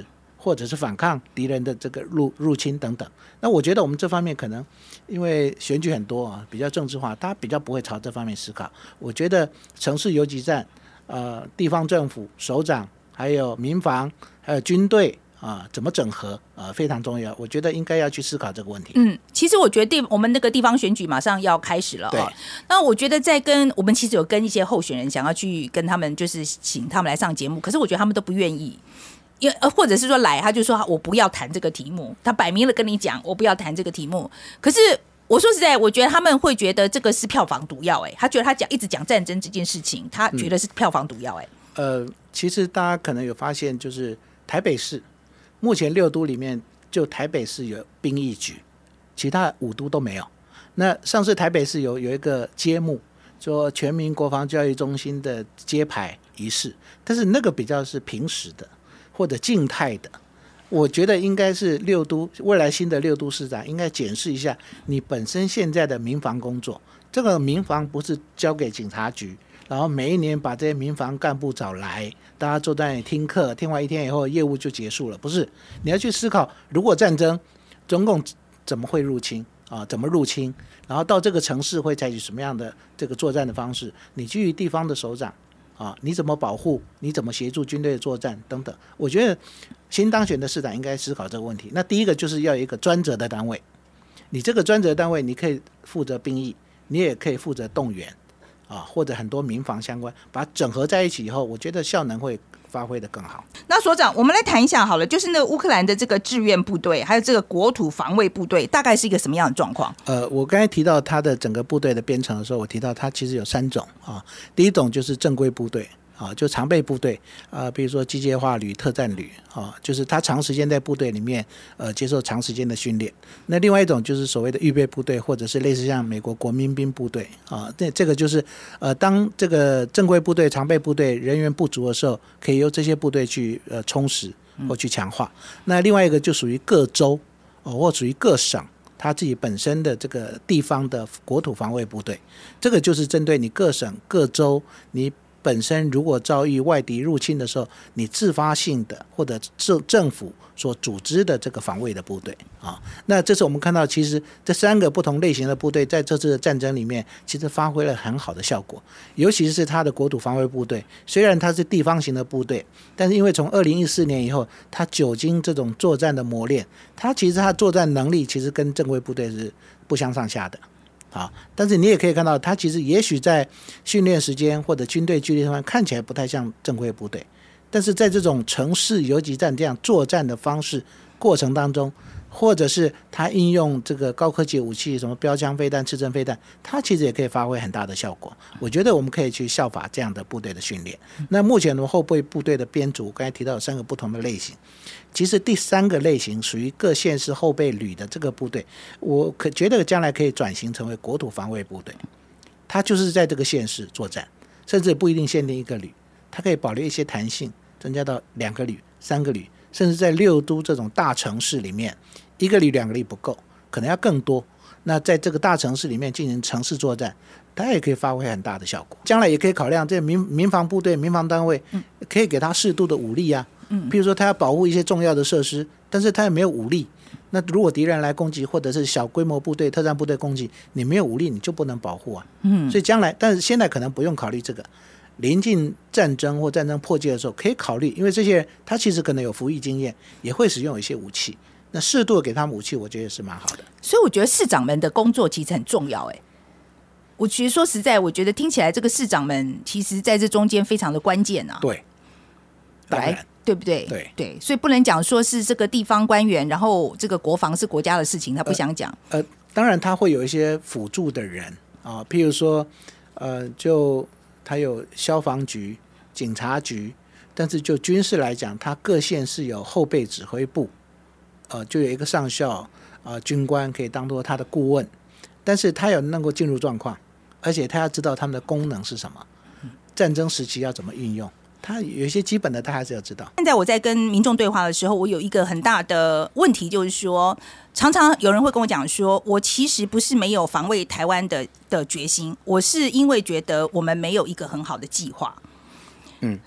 或者是反抗敌人的这个入入侵等等。那我觉得我们这方面可能因为选举很多啊，比较政治化，大家比较不会朝这方面思考。我觉得城市游击战、呃地方政府首长、还有民防、还有军队啊，怎么整合啊，非常重要。我觉得应该要去思考这个问题。 嗯，其实我觉得地我们那个地方选举马上要开始了对、 哦。那我觉得在跟我们其实有跟一些候选人想要去跟他们，就是请他们来上节目，可是我觉得他们都不愿意。因为或者是说来，他就说我不要谈这个题目，他摆明了跟你讲我不要谈这个题目。可是我说实在，我觉得他们会觉得这个是票房毒药，哎，他觉得他讲一直讲战争这件事情，他觉得是票房毒药，哎、 嗯。呃，其实大家可能有发现，就是台北市目前六都里面，就台北市有兵役局，其他五都都没有。那上次台北市有有一个揭幕，说全民国防教育中心的揭牌仪式，但是那个比较是平时的。或者静态的，我觉得应该是六都未来新的六都市长应该检视一下你本身现在的民防工作。这个民防不是交给警察局，然后每一年把这些民防干部找来，大家坐在那里听课，听完一天以后业务就结束了，不是？你要去思考，如果战争，中共怎么会入侵啊？怎么入侵？然后到这个城市会采取什么样的这个作战的方式？你基于地方的首长。啊，你怎么保护？你怎么协助军队的作战等等？我觉得新当选的市长应该思考这个问题。那第一个就是要有一个专责的单位，你这个专责单位，你可以负责兵役，你也可以负责动员，啊，或者很多民防相关，把它整合在一起以后，我觉得效能会发挥的更好。 那所长，我们来谈一下好了，就是那个乌克兰的这个志愿部队，还有这个国土防卫部队，大概是一个什么样的状况？ 呃，我刚才提到他的整个部队的编程的时候，我提到它其实有三种啊。第一种就是正规部队啊，就常备部队啊，比如说机械化旅、特战旅啊，就是他长时间在部队里面呃接受长时间的训练。那另外一种就是所谓的预备部队，或者是类似像美国国民兵部队啊，这这个就是呃当这个正规部队、常备部队人员不足的时候，可以由这些部队去呃充实或去强化。那另外一个就属于各州哦，或属于各省。他自己本身的这个地方的国土防卫部队，这个就是针对你各省各州，你本身如果遭遇外敌入侵的时候，你自发性的或者政府所组织的这个防卫的部队啊，那这是我们看到，其实这三个不同类型的部队在这次的战争里面，其实发挥了很好的效果。尤其是它的国土防卫部队，虽然它是地方型的部队，但是因为从二零一四年以后，它久经这种作战的磨练，它其实它作战能力其实跟正规部队是不相上下的。啊，但是你也可以看到，他其实也许在训练时间或者军队纪律上看起来不太像正规部队，但是在这种城市游击战这样作战的方式过程当中，或者是他应用这个高科技武器，什么标枪飞弹、刺针飞弹，它其实也可以发挥很大的效果。我觉得我们可以去效法这样的部队的训练。那目前的后备部队的编组，刚才提到有三个不同的类型。其实第三个类型属于各县市后备旅的这个部队，我可觉得将来可以转型成为国土防卫部队，它就是在这个县市作战，甚至不一定限定一个旅，它可以保留一些弹性，增加到两个旅、三个旅，甚至在六都这种大城市里面，一个旅、两个旅不够，可能要更多。那在这个大城市里面进行城市作战，它也可以发挥很大的效果。将来也可以考量这民民防部队、民防单位，可以给他适度的武力啊。譬如说他要保护一些重要的设施，但是他也没有武力。那如果敌人来攻击，或者是小规模部队、特战部队攻击，你没有武力，你就不能保护啊。嗯，所以将来，但是现在可能不用考虑这个。临近战争或战争迫切的时候，可以考虑，因为这些人他其实可能有服役经验，也会使用一些武器。那适度的给他们武器，我觉得是蛮好的。 所以我觉得市长们的工作其实很重要。哎，我其实说实在，我觉得听起来这个市长们其实在这中间非常的关键啊。 对，当然。 对不对？ 对对，所以不能讲说是这个地方官员，然后这个国防是国家的事情，他不想讲。 呃，呃当然他会有一些辅助的人啊，譬如说，呃，就他有消防局、警察局，但是就军事来讲，他各县是有后备指挥部，呃，就有一个上校啊、呃，军官可以当做他的顾问，但是他有能够进入状况，而且他要知道他们的功能是什么，战争时期要怎么运用。他有一些基本的，他还是要知道。 现在我在跟民众对话的时候，我有一个很大的问题，就是说，常常有人会跟我讲说，我其实不是没有防卫台湾的的决心，我是因为觉得我们没有一个很好的计划。 嗯，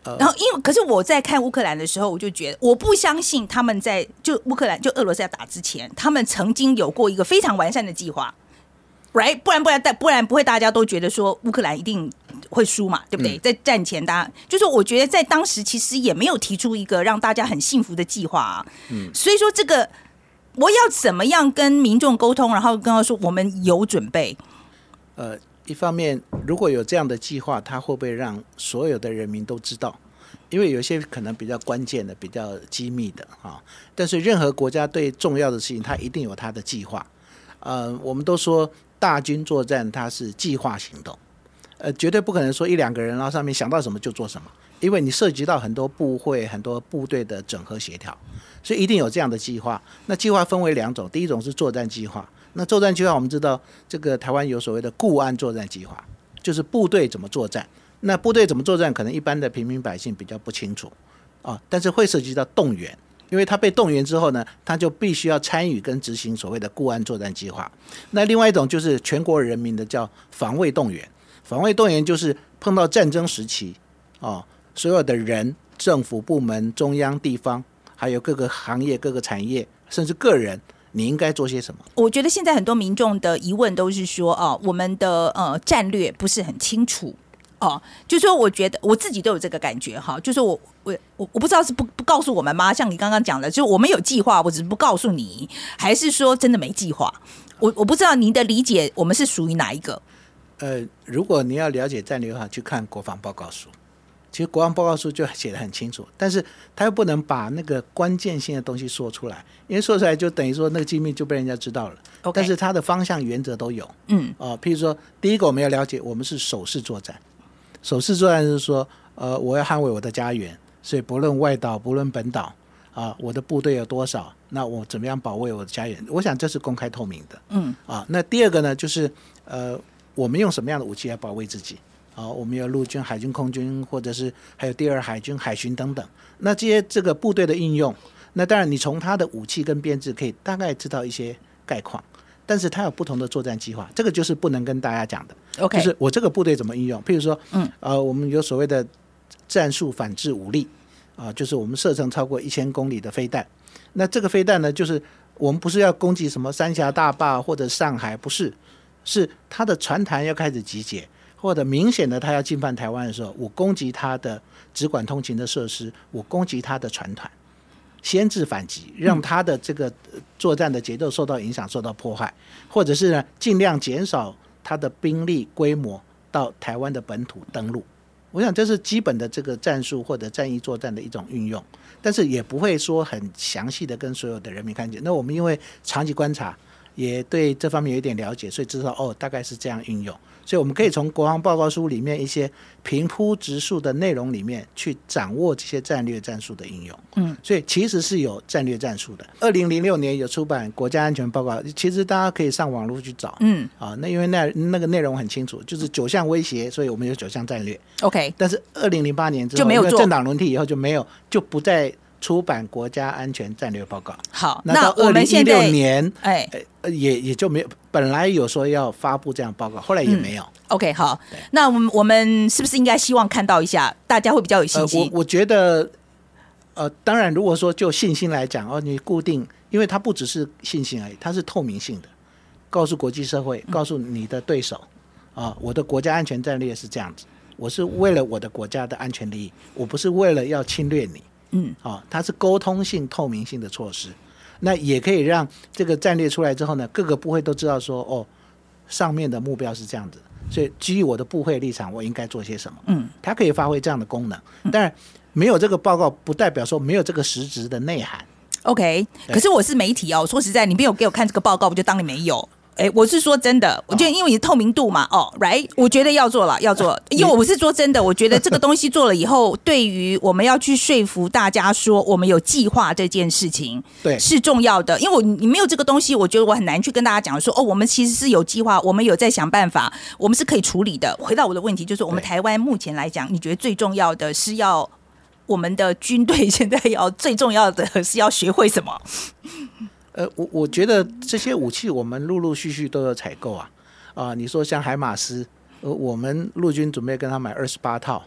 呃、然后因为可是我在看乌克兰的时候，我就觉得我不相信他们在就乌克兰就俄罗斯要打之前，他们曾经有过一个非常完善的计划。Right， 不然不然不然不会大家都觉得说乌克兰一定会输嘛，对不对？嗯、在战前，大家就是我觉得在当时其实也没有提出一个让大家很幸福的计划啊。嗯，所以说这个我要怎么样跟民众沟通，然后跟他说我们有准备。 呃，一方面如果有这样的计划，它会不会让所有的人民都知道？因为有些可能比较关键的、比较机密的啊，但是任何国家对重要的事情，它一定有它的计划。呃，我们都说。大军作战它是计划行动，呃，绝对不可能说一两个人然后上面想到什么就做什么，因为你涉及到很多部会、很多部队的整合协调，所以一定有这样的计划。那计划分为两种，第一种是作战计划。那作战计划我们知道，这个台湾有所谓的固安作战计划，就是部队怎么作战。那部队怎么作战，可能一般的平民百姓比较不清楚啊，但是会涉及到动员。因为他被动员之后呢，他就必须要参与跟执行所谓的固安作战计划。那另外一种就是全国人民的叫防卫动员，防卫动员就是碰到战争时期，哦，所有的人、政府部门、中央、地方，还有各个行业、各个产业，甚至个人，你应该做些什么？ 我觉得现在很多民众的疑问都是说，哦，我们的呃战略不是很清楚。哦，就说我觉得我自己都有这个感觉哈，就是我我我我不知道是不不告诉我们吗？像你刚刚讲的，就我们有计划，我只是不告诉你，还是说真的没计划？我我不知道您的理解，我们是属于哪一个？ 呃，如果你要了解战略的话，去看国防报告书。其实国防报告书就写得很清楚，但是他又不能把那个关键性的东西说出来，因为说出来就等于说那个机密就被人家知道了。Okay. 但是它的方向原则都有。嗯，哦、呃，譬如说，第一个我们要了解，我们是守势作战。守势作战是说，呃，我要捍卫我的家园，所以不论外岛，不论本岛，啊，我的部队有多少，那我怎么样保卫我的家园？我想这是公开透明的。嗯，啊，那第二个呢，就是呃，我们用什么样的武器来保卫自己？啊，我们有陆军、海军、空军，或者是还有第二海军、海巡等等。那这些这个部队的应用，那当然你从它的武器跟编制可以大概知道一些概况。但是它有不同的作战计划，这个就是不能跟大家讲的。 Okay. 就是我这个部队怎么应用，譬如说，嗯，呃，我们有所谓的战术反制武力，啊、呃，就是我们射程超过一千公里的飞弹。那这个飞弹呢，就是我们不是要攻击什么三峡大坝或者上海，不是，是它的船团要开始集结，或者明显的它要进犯台湾的时候，我攻击它的直管通勤的设施，我攻击它的船团。先制反击，让他的这个作战的节奏受到影响、受到破坏，或者是呢尽量减少他的兵力规模到台湾的本土登陆。我想这是基本的这个战术或者战役作战的一种运用，但是也不会说很详细的跟所有的人民看见。那我们因为长期观察，也对这方面有一点了解，所以知道哦，大概是这样运用。所以我们可以从国防报告书里面一些平铺直述的内容里面去掌握这些战略战术的应用。嗯，所以其实是有战略战术的。二零零六年有出版国家安全报告，其实大家可以上网络去找。嗯，啊，那因为那那个内容很清楚，就是九项威胁，所以我们有九项战略。 OK， 但是二零零八年之后就没有做， 政党轮替以后就没有，就不再出版国家安全战略报告。 好， 那到二零一六年， 哎， 也也就没有。本来有说要发布这样报告，后来也没有。嗯、 OK， 好，那我们我们是不是应该希望看到一下，大家会比较有信心？ 呃、我我觉得，呃，当然，如果说就信心来讲，哦，你固定，因为它不只是信心而已，它是透明性的，告诉国际社会，告诉你的对手，啊、呃，我的国家安全战略是这样子，我是为了我的国家的安全利益，我不是为了要侵略你。嗯，啊、哦，它是沟通性、透明性的措施。那也可以让这个战略出来之后呢，各个部会都知道说，哦，上面的目标是这样子，所以基于我的部会立场，我应该做些什么？嗯，它可以发挥这样的功能。当然，没有这个报告，不代表说没有这个实质的内涵。 OK， 可是我是媒体哦，说实在，你没有给我看这个报告，我就当你没有。哎，我是说真的，我觉得因为你的透明度嘛，哦 ，right， 我觉得要做了，要做，因为我是说真的，我觉得这个东西做了以后，对于我们要去说服大家说我们有计划这件事情， 对， 是重要的。因为我你没有这个东西，我觉得我很难去跟大家讲说，哦，我们其实是有计划，我们有在想办法，我们是可以处理的。回到我的问题，就是我们台湾目前来讲，你觉得最重要的是要我们的军队现在要最重要的是要学会什么？ 呃，我我觉得这些武器我们陆陆续续都有采购啊，啊、呃，你说像海马斯，呃，我们陆军准备跟他买二十八套，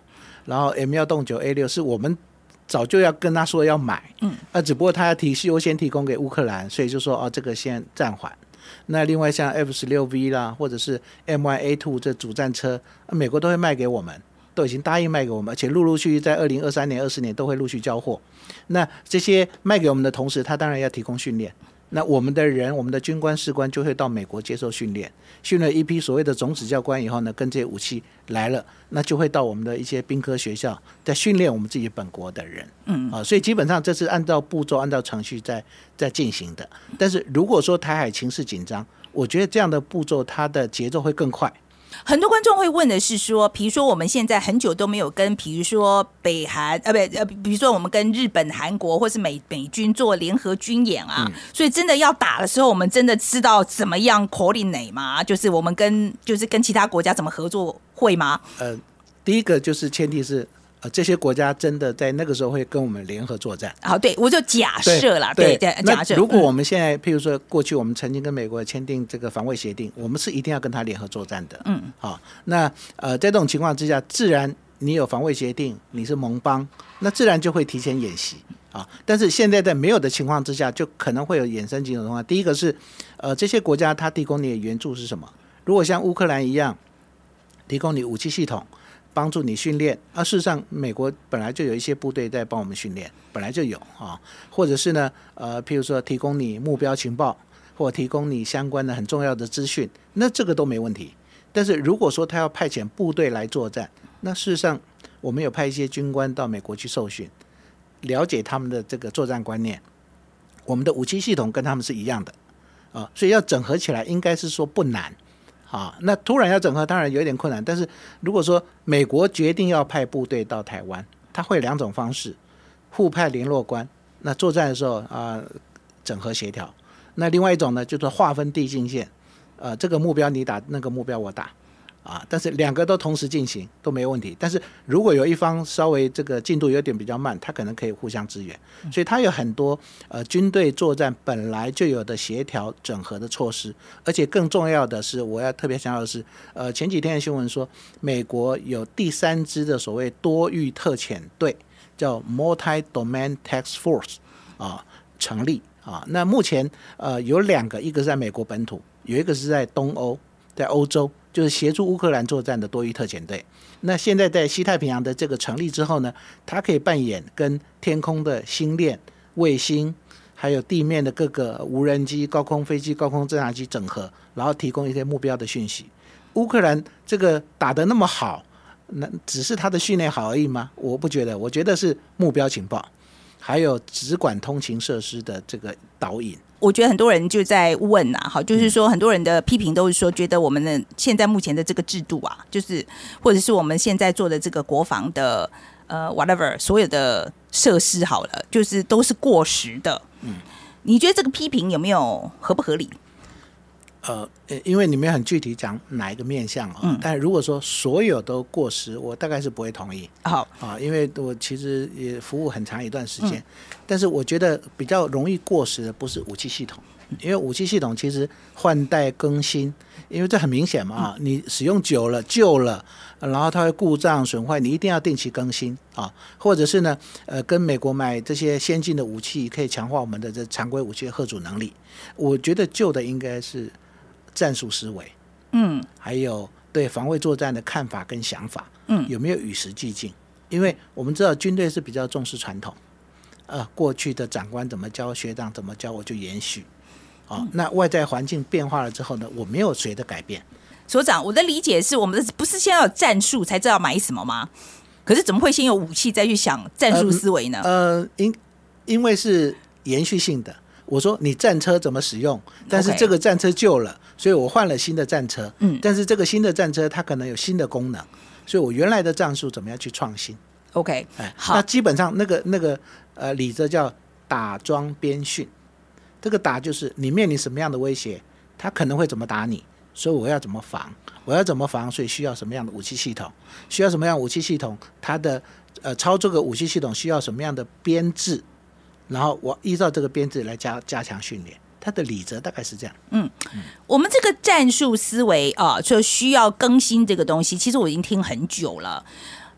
然后 M 一洞九 A 六是我们早就要跟他说要买，嗯，啊，只不过他要提优先提供给乌克兰，所以就说哦，这个先暂缓。那另外像 F 十六 V 啦，或者是 M 一 A 二 这主战车，美国都会卖给我们，都已经答应卖给我们，而且陆陆续续在二零二三年、二十年都会陆续交货。那这些卖给我们的同时，他当然要提供训练。那我们的人，我们的军官士官就会到美国接受训练，训练一批所谓的总指教官以后呢，跟这些武器来了，那就会到我们的一些兵科学校，在训练我们自己本国的人。嗯，啊，所以基本上这是按照步骤、按照程序在在进行的。但是如果说台海情势紧张，我觉得这样的步骤它的节奏会更快。 很多观众会问的是说，比如说我们现在很久都没有跟，比如说北韩呃不呃，比如说我们跟日本、韩国或是美美军做联合军演啊，嗯、所以真的要打的时候，我们真的知道怎么样 coordinate 吗？就是我们跟就是跟其他国家怎么合作会吗？ 呃，第一个就是前提是。呃、这些国家真的在那个时候会跟我们联合作战。 好，对，我就假设啦，对，对假设。 如果我们现在，譬如说过去我们曾经跟美国签订这个防卫协定，我们是一定要跟他联合作战的。嗯，好，那呃，在这种情况之下，自然你有防卫协定，你是盟邦，那自然就会提前演习啊。但是现在在没有的情况之下，就可能会有衍生几种情况。第一个是，呃，这些国家它提供你的援助是什么？如果像乌克兰一样，提供你武器系统。帮助你训练啊，事实上，美国本来就有一些部队在帮我们训练，本来就有啊，或者是呢，呃，譬如说提供你目标情报，或提供你相关的很重要的资讯，那这个都没问题。但是如果说他要派遣部队来作战，那事实上我们有派一些军官到美国去受训，了解他们的这个作战观念，我们的武器系统跟他们是一样的啊，所以要整合起来，应该是说不难。啊，那突然要整合当然有一点困难，但是如果说美国决定要派部队到台湾，它会有两种方式，互派联络官，那作战的时候啊、呃、整合协调，那另外一种呢就是划分地境线，呃这个目标你打，那个目标我打啊，但是两个都同时进行都没有问题。但是如果有一方稍微这个进度有点比较慢，他可能可以互相支援，所以他有很多呃军队作战本来就有的协调整合的措施。而且更重要的是，我要特别强调的是，呃前几天的新闻说，美国有第三支的所谓多域特遣队，叫 Multi-Domain Task Force 啊成立啊。那目前呃有两个，一个是在美国本土，有一个是在东欧，在欧洲。就是协助乌克兰作战的多域特遣队。那现在在西太平洋的这个成立之后呢，它可以扮演跟天空的星链、卫星，还有地面的各个无人机、高空飞机、高空侦察机整合，然后提供一些目标的讯息。乌克兰这个打得那么好，那只是他的训练好而已吗？我不觉得，我觉得是目标情报，还有直管通勤设施的这个导引。 我觉得很多人就在问啊，好，就是说很多人的批评都是说，觉得我们的现在目前的这个制度啊，就是或者是我们现在做的这个国防的呃 whatever 所有的设施好了，就是都是过时的。嗯，你觉得这个批评有没有合不合理？ 呃，因为你们很具体讲哪一个面向啊、哦嗯，但如果说所有都过时，我大概是不会同意。 好啊，因为我其实也服务很长一段时间、嗯，但是我觉得比较容易过时的不是武器系统，因为武器系统其实换代更新，因为这很明显嘛，嗯、你使用久了旧了，然后它会故障损坏，你一定要定期更新啊，或者是呢，呃，跟美国买这些先进的武器，可以强化我们的这常规武器的吓阻能力。我觉得旧的应该是战术思维，嗯，还有对防卫作战的看法跟想法，嗯，有没有与时俱进？因为我们知道军队是比较重视传统，呃，过去的长官怎么教，学长怎么教，我就延续。哦，嗯、那外在环境变化了之后呢，我没有随着改变。 所长，我的理解是我们不是先要有战术才知道买什么吗？可是怎么会先有武器再去想战术思维呢？ 呃，呃因因为是延续性的。我说你战车怎么使用，但是这个战车旧了， okay. 所以我换了新的战车，嗯，但是这个新的战车它可能有新的功能，所以我原来的战术怎么样去创新 ？OK， 哎，好，那基本上那个那个呃理则叫打桩边训，这个打就是你面临什么样的威胁，他可能会怎么打你，所以我要怎么防，我要怎么防，所以需要什么样的武器系统，需要什么样的武器系统，它的呃操作个武器系统需要什么样的编制。然后我依照这个编制来加加强训练，它的理则大概是这样。嗯， 嗯我们这个战术思维啊，就需要更新这个东西。其实我已经听很久了。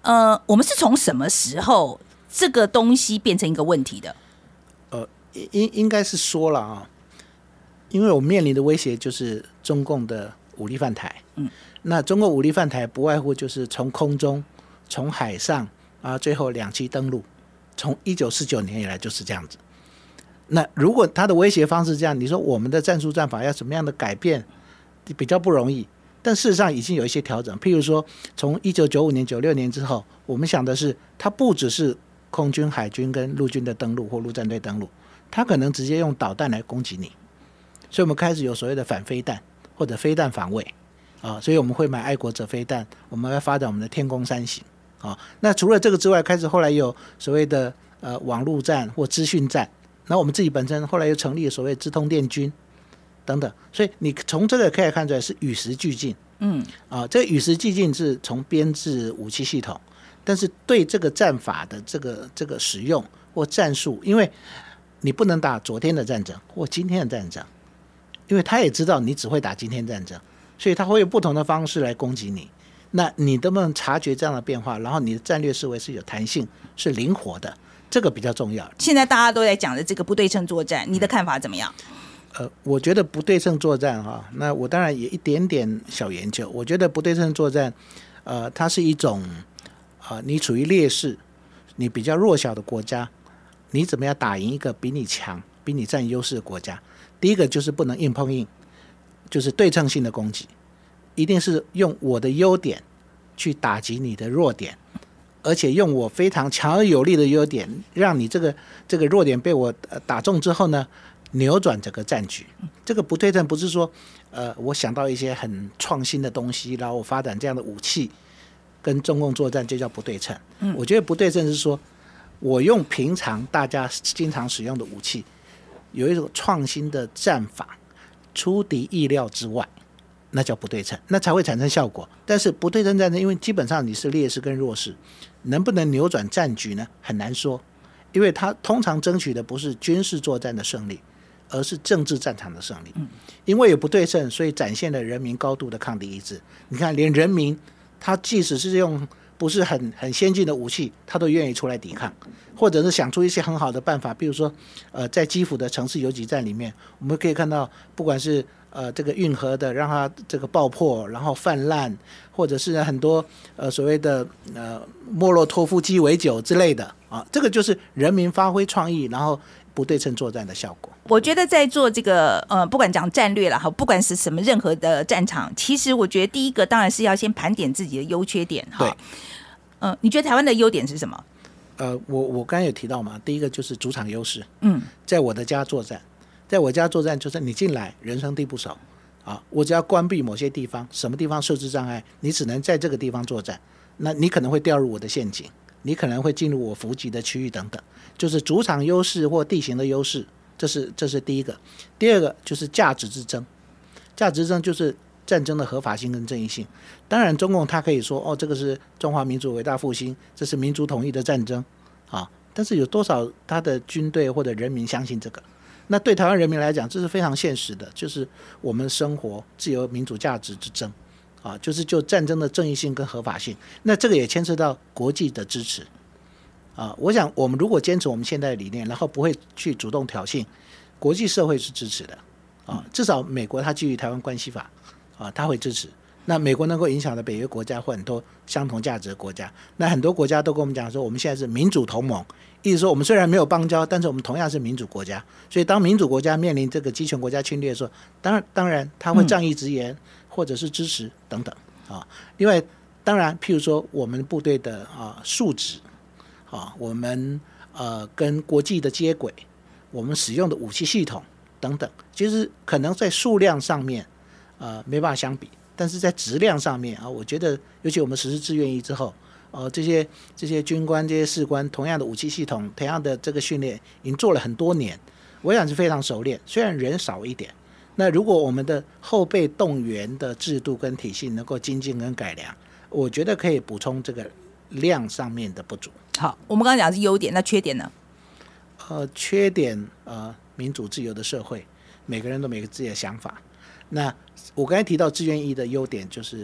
呃，我们是从什么时候这个东西变成一个问题的？ 呃，应应该是说了啊，因为我们面临的威胁就是中共的武力犯台。嗯，那中共武力犯台不外乎就是从空中、从海上啊，最后两栖登陆，从一九四九年以来就是这样子。那如果他的威胁方式这样，你说我们的战术战法要怎么样的改变，比较不容易。但事实上已经有一些调整，譬如说从一九九五年、九六年之后，我们想的是，它不只是空军、海军跟陆军的登陆或陆战队登陆，它可能直接用导弹来攻击你。所以我们开始有所谓的反飞弹或者飞弹防卫啊，所以我们会买爱国者飞弹，我们会发展我们的天宫三型啊。那除了这个之外，开始后来有所谓的呃网络战或资讯战。那我们自己本身后来又成立所谓资通电军等等，所以你从这个可以看出来是与时俱进。嗯，啊，这个与时俱进是从编制武器系统，但是对这个战法的这个这个使用或战术，因为你不能打昨天的战争或今天的战争，因为他也知道你只会打今天战争，所以他会有不同的方式来攻击你。那你能不能察觉这样的变化，然后你的战略思维是有弹性、是灵活的？这个比较重要。 现在大家都在讲的这个不对称作战，你的看法怎么样？ 呃，我觉得不对称作战哈，那我当然也一点点小研究。我觉得不对称作战，呃，它是一种呃，你处于劣势，你比较弱小的国家，你怎么样打赢一个比你强、比你占优势的国家？第一个就是不能硬碰硬，就是对称性的攻击，一定是用我的优点去打击你的弱点。而且用我非常强而有力的优点，让你这个这个弱点被我打中之后呢，扭转整个战局。这个不对称不是说，呃，我想到一些很创新的东西，然后我发展这样的武器，跟中共作战就叫不对称。我觉得不对称是说，我用平常大家经常使用的武器，有一种创新的战法，出敌意料之外。那叫不对称，那才会产生效果。但是不对称战争，因为基本上你是劣势跟弱势，能不能扭转战局呢？很难说，因为它通常争取的不是军事作战的胜利，而是政治战场的胜利。因为有不对称，所以展现了人民高度的抗敌意志。你看，连人民他即使是用不是很很先进的武器，他都愿意出来抵抗，或者是想出一些很好的办法。比如说，呃，在基辅的城市游击战里面，我们可以看到，不管是呃，这个运河的让它这个爆破，然后泛滥，或者是很多呃所谓的呃莫洛托夫鸡尾酒之类的啊，这个就是人民发挥创意，然后不对称作战的效果。 我觉得在做这个呃，不管讲战略啦，不管是什么任何的战场，其实我觉得第一个当然是要先盘点自己的优缺点哈。呃，你觉得台湾的优点是什么？ 呃，我我刚才有提到嘛，第一个就是主场优势，嗯，在我的家作战。在我家作战就是你进来人生地不熟啊，我只要关闭某些地方，什么地方设置障碍，你只能在这个地方作战，那你可能会掉入我的陷阱，你可能会进入我伏击的区域等等，就是主场优势或地形的优势，这是这是第一个。第二个就是价值之争，价值之争就是战争的合法性跟正义性。当然中共他可以说哦，这个是中华民族伟大复兴，这是民族统一的战争啊，但是有多少他的军队或者人民相信这个？那对台湾人民来讲，这是非常现实的，就是我们生活自由民主价值之争啊，就是就战争的正义性跟合法性。那这个也牵涉到国际的支持啊。我想我们如果坚持我们现在的理念，然后不会去主动挑衅，国际社会是支持的啊。至少美国它基于台湾关系法啊，它会支持。那美国能够影响的北约国家或很多相同价值的国家，那很多国家都跟我们讲说，我们现在是民主同盟，意思说我们虽然没有邦交，但是我们同样是民主国家。所以当民主国家面临这个集权国家侵略的时候，当然当然他会仗义直言、嗯、或者是支持等等啊。另外，当然譬如说我们部队的啊素质啊，我们呃跟国际的接轨，我们使用的武器系统等等，其实可能在数量上面呃没办法相比。但是在质量上面啊，我觉得尤其我们实施志愿役之后，呃，这些这些军官、这些士官，同样的武器系统、同样的这个训练，已经做了很多年，我想是非常熟练。虽然人少一点，那如果我们的后备动员的制度跟体系能够精进跟改良，我觉得可以补充这个量上面的不足。 好，我们刚刚讲的是优点，那缺点呢？ 呃，缺点呃，民主自由的社会，每个人都有每个自己的想法。那我刚才提到志愿役的优点就是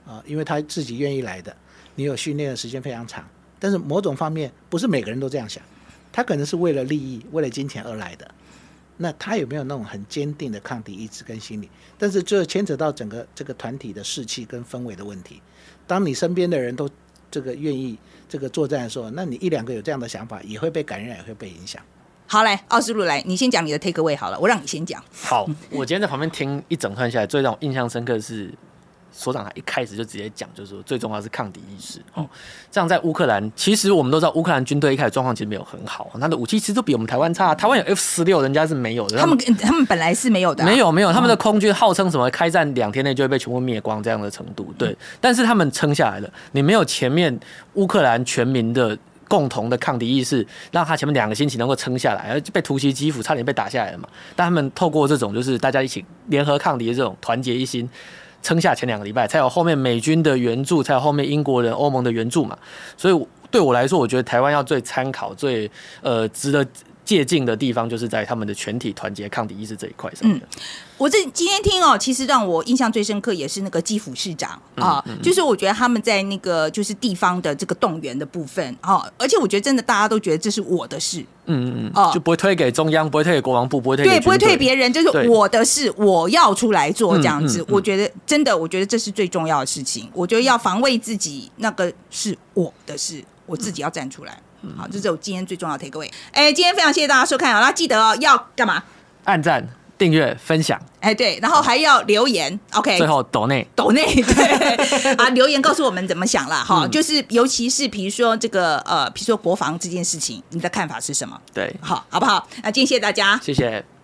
啊，因为他自己愿意来的，你有训练的时间非常长。但是某种方面不是每个人都这样想，他可能是为了利益、为了金钱而来的。那他有没有那种很坚定的抗敌意志跟心理？但是这牵扯到整个这个团体的士气跟氛围的问题。当你身边的人都这个愿意这个作战的时候，那你一两个有这样的想法，也会被感染，也会被影响。 好，来，奥斯陆来，你先讲你的 take away 好了，我让你先讲。 好，我今天在旁边听一整串下来，最让我印象深刻的是所长他一开始就直接讲，就是说最重要是抗敌意识。哦，这样在乌克兰，其实我们都知道乌克兰军队一开始状况其实没有很好，他的武器其实都比我们台湾差。台湾有 F 十六，人家是没有的。 他们他们本来是没有的、啊， 没有没有，他们的空军号称什么开战两天内就会被全部灭光这样的程度，对。但是他们撑下来了，你没有前面乌克兰全民的共同的抗敌意识，让他前面两个星期能够撑下来，而被突袭基辅差点被打下来了嘛。但他们透过这种就是大家一起联合抗敌的这种团结一心，撑下前两个礼拜，才有后面美军的援助，才有后面英国人、欧盟的援助嘛。所以对我来说，我觉得台湾要最参考、最呃值得借鉴的地方，就是在他们的全体团结抗敌意识这一块上面。嗯， 我这今天听哦，其实让我印象最深刻也是那个基辅市长啊、嗯嗯，就是我觉得他们在那个就是地方的这个动员的部分啊，而且我觉得真的大家都觉得这是我的事， 嗯嗯嗯，就不会推给中央，不会推给国防部，不会推给对，不会推别人，就是我的事，我要出来做这样子。嗯嗯嗯、我觉得真的，我觉得这是最重要的事情。我觉得要防卫自己，那个是我的事，我自己要站出来。好，这是我今天最重要的 take away。哎，今天非常谢谢大家收看啊，那记得哦要干嘛？ 按赞、订阅、分享。 哎，对，然后还要留言 ，OK。 最后抖内， 抖内，对啊，留言告诉我们怎么想啦，哈、嗯，就是尤其是比如说这个呃，比如说国防这件事情，你的看法是什么？ 对， 好，好不好？那今天谢谢大家， 谢谢。